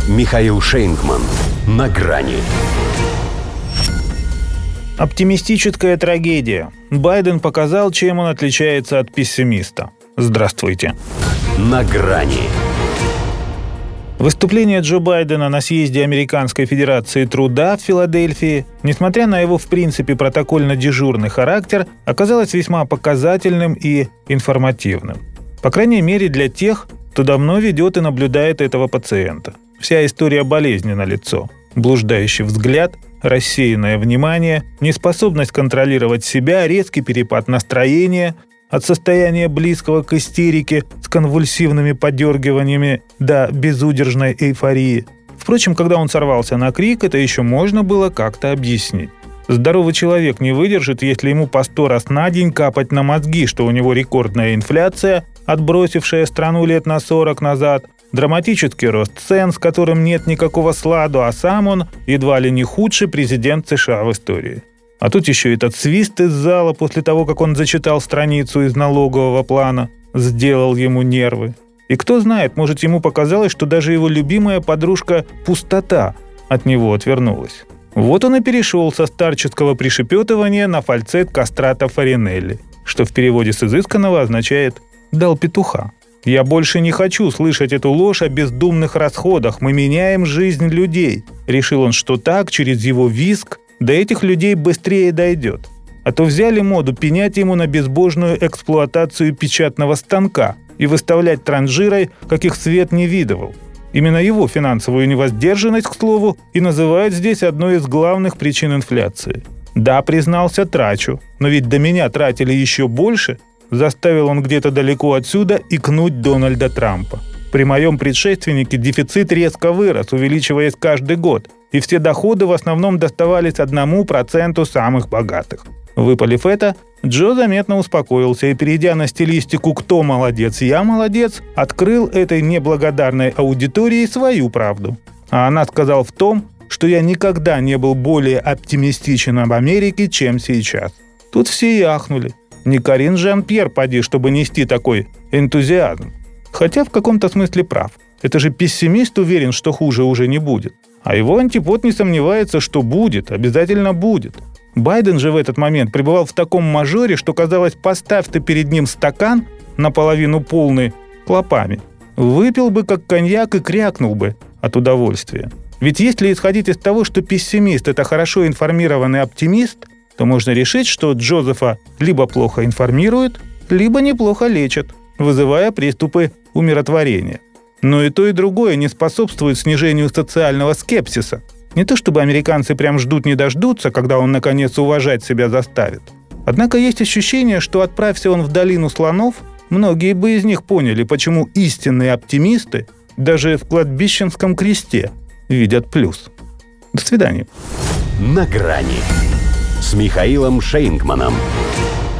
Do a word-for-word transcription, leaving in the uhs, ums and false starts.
Михаил Шейнгман. На грани. Оптимистическая трагедия. Байден показал, чем он отличается от пессимиста. Здравствуйте. На грани. Выступление Джо Байдена на съезде Американской Федерации Труда в Филадельфии, несмотря на его в принципе протокольно-дежурный характер, оказалось весьма показательным и информативным. По крайней мере для тех, кто давно ведет и наблюдает этого пациента. Вся история болезни налицо. Блуждающий взгляд, рассеянное внимание, неспособность контролировать себя, резкий перепад настроения от состояния близкого к истерике с конвульсивными подергиваниями до безудержной эйфории. Впрочем, когда он сорвался на крик, это еще можно было как-то объяснить. Здоровый человек не выдержит, если ему по сто раз на день капать на мозги, что у него рекордная инфляция, отбросившая страну лет на сорок назад, драматический рост цен, с которым нет никакого сладу, а сам он едва ли не худший президент США в истории. А тут еще этот свист из зала после того, как он зачитал страницу из налогового плана, сделал ему нервы. И кто знает, может, ему показалось, что даже его любимая подружка «Пустота» от него отвернулась. Вот он и перешел со старческого пришепетывания на фальцет кастрата Фаринелли, что в переводе с изысканного означает «дал петуха». «Я больше не хочу слышать эту ложь о бездумных расходах. Мы меняем жизнь людей». Решил он, что так, через его визг, до этих людей быстрее дойдет. А то взяли моду пенять ему на безбожную эксплуатацию печатного станка и выставлять транжирой, каких свет не видывал. Именно его финансовую невоздержанность, к слову, и называют здесь одной из главных причин инфляции. Да, признался, трачу, но ведь до меня тратили еще больше. Заставил он где-то далеко отсюда икнуть Дональда Трампа. При моем предшественнике дефицит резко вырос, увеличиваясь каждый год, и все доходы в основном доставались одному проценту самых богатых. Выпалив это, Джо заметно успокоился и, перейдя на стилистику «кто молодец, я молодец», открыл этой неблагодарной аудитории свою правду. А она сказала в том, что я никогда не был более оптимистичен об Америке, чем сейчас. Тут все и ахнули. Не Карин Жан-Пьер поди, чтобы нести такой энтузиазм. Хотя в каком-то смысле прав. Это же пессимист уверен, что хуже уже не будет. А его антипод не сомневается, что будет, обязательно будет. Байден же в этот момент пребывал в таком мажоре, что казалось, поставь ты перед ним стакан, наполовину полный, клопами. Выпил бы как коньяк и крякнул бы от удовольствия. Ведь если исходить из того, что пессимист – это хорошо информированный оптимист, то можно решить, что Джозефа либо плохо информируют, либо неплохо лечат, вызывая приступы умиротворения. Но и то, и другое не способствует снижению социального скепсиса. Не то чтобы американцы прям ждут не дождутся, когда он наконец уважать себя заставит. Однако есть ощущение, что отправься он в долину слонов, многие бы из них поняли, почему истинные оптимисты даже в кладбищенском кресте видят плюс. До свидания. На грани с Михаилом Шейнгманом.